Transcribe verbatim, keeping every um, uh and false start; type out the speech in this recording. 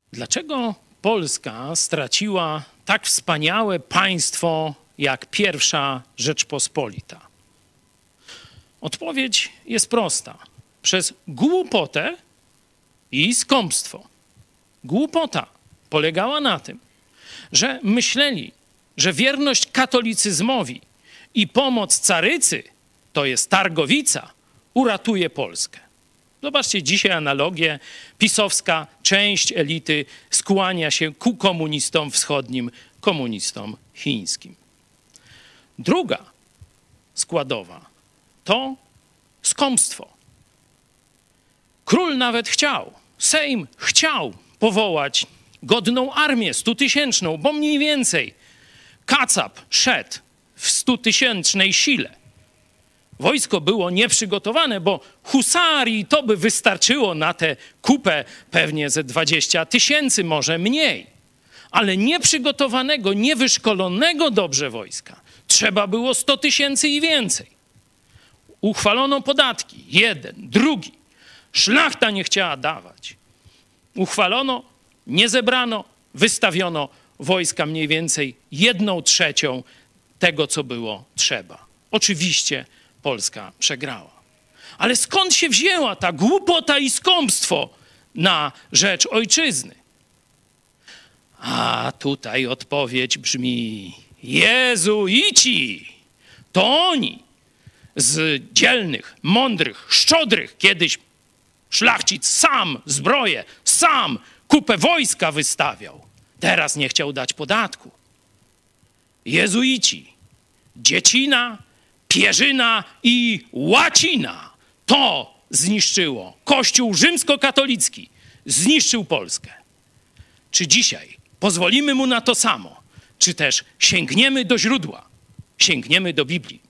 Dlaczego Polska straciła tak wspaniałe państwo jak pierwsza Rzeczpospolita? Odpowiedź jest prosta. Przez głupotę i skąpstwo. Głupota polegała na tym, że myśleli, że wierność katolicyzmowi i pomoc carycy, to jest Targowica, uratuje Polskę. Zobaczcie dzisiaj analogię. Pisowska część elity skłania się ku komunistom wschodnim, komunistom chińskim. Druga składowa to skąpstwo. Król nawet chciał, Sejm chciał powołać godną armię stutysięczną, bo mniej więcej Kacap szedł w stutysięcznej sile. Wojsko było nieprzygotowane, bo husarii to by wystarczyło na tę kupę pewnie ze dwadzieścia tysięcy, może mniej. Ale nieprzygotowanego, niewyszkolonego dobrze wojska trzeba było sto tysięcy i więcej. Uchwalono podatki, jeden, drugi. Szlachta nie chciała dawać. Uchwalono, nie zebrano, wystawiono wojska mniej więcej jedną trzecią tego, co było trzeba. Oczywiście Polska przegrała. Ale skąd się wzięła ta głupota i skąpstwo na rzecz ojczyzny? A tutaj odpowiedź brzmi: jezuici! To oni z dzielnych, mądrych, szczodrych, kiedyś szlachcic sam zbroję, sam kupę wojska wystawiał. Teraz nie chciał dać podatku. Jezuici, Dziecina, Pierzyna i Łacina. To zniszczyło. Kościół rzymskokatolicki zniszczył Polskę. Czy dzisiaj pozwolimy mu na to samo? Czy też sięgniemy do źródła? Sięgniemy do Biblii.